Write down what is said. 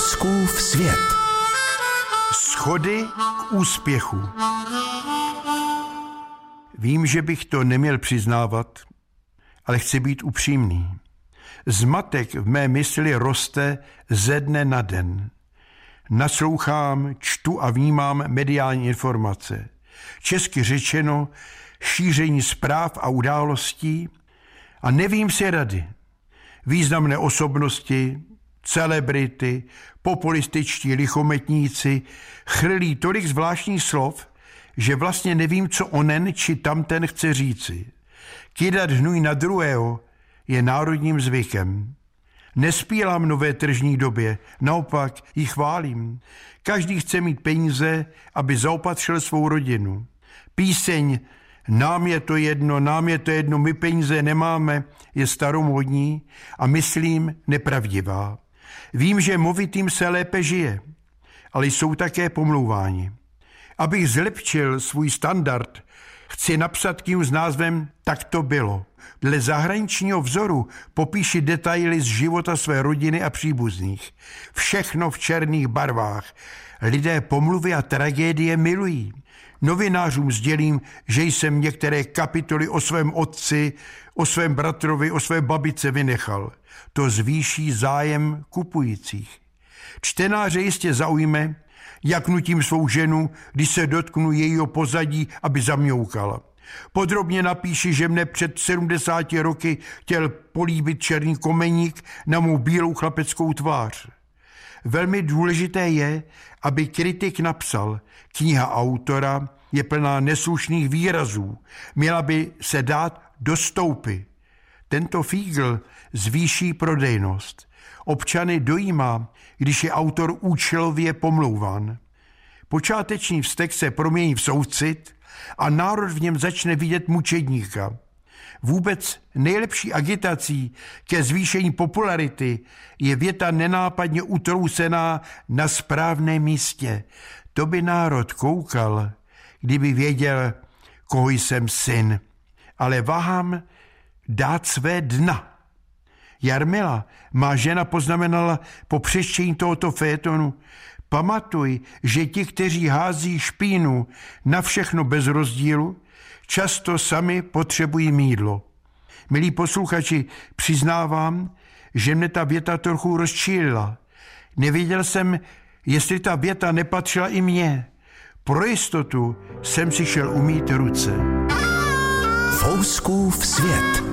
Fouskův svět. Schody k úspěchu. Vím, že bych to neměl přiznávat, ale chci být upřímný. Zmatek v mé mysli roste ze dne na den. Naslouchám, čtu a vnímám mediální informace. Česky řečeno šíření zpráv a událostí a nevím si rady. Významné osobnosti, celebrity, populističtí lichometníci chrlí tolik zvláštních slov, že vlastně nevím, co onen či tamten chce říci. Kydat hnůj na druhého je národním zvykem. Nespílám nové tržní době, naopak ji chválím. Každý chce mít peníze, aby zaopatřil svou rodinu. Píseň Nám je to jedno, my peníze nemáme, je staromódní a myslím nepravdivá. Vím, že movitým se lépe žije, ale jsou také pomlouváni. Abych zlepšil svůj standard, chci napsat knihu s názvem Tak to bylo. Dle zahraničního vzoru popíši detaily z života své rodiny a příbuzných. Všechno v černých barvách. Lidé pomluvy a tragédie milují. Novinářům sdělím, že jsem některé kapitoly o svém otci, o svém bratrovi, o své babice vynechal. To zvýší zájem kupujících. Čtenáře jistě zaujme, jak nutím svou ženu, když se dotknu jejího pozadí, aby zamňoukala. Podrobně napíši, že mne před 70 roky chtěl políbit černý komeník na mou bílou chlapeckou tvář. Velmi důležité je, aby kritik napsal, kniha autora je plná neslušných výrazů, měla by se dát do stoupy. Tento fígl zvýší prodejnost. Občany dojímá, když je autor účelově pomlouván. Počáteční vztek se promění v soucit a národ v něm začne vidět mučedníka. Vůbec nejlepší agitací ke zvýšení popularity je věta nenápadně utrousená na správném místě. To by národ koukal, kdyby věděl, koho jsem syn. Ale váhám dát své dna. Jarmila, má žena, poznamenala po přečtení tohoto fétonu: pamatuj, že ti, kteří hází špínu na všechno bez rozdílu, často sami potřebují mýdlo. Milí posluchači, přiznávám, že mne ta věta trochu rozčílila. Nevěděl jsem, jestli ta věta nepatřila i mně. Pro jistotu jsem si šel umýt ruce. Fouskův svět.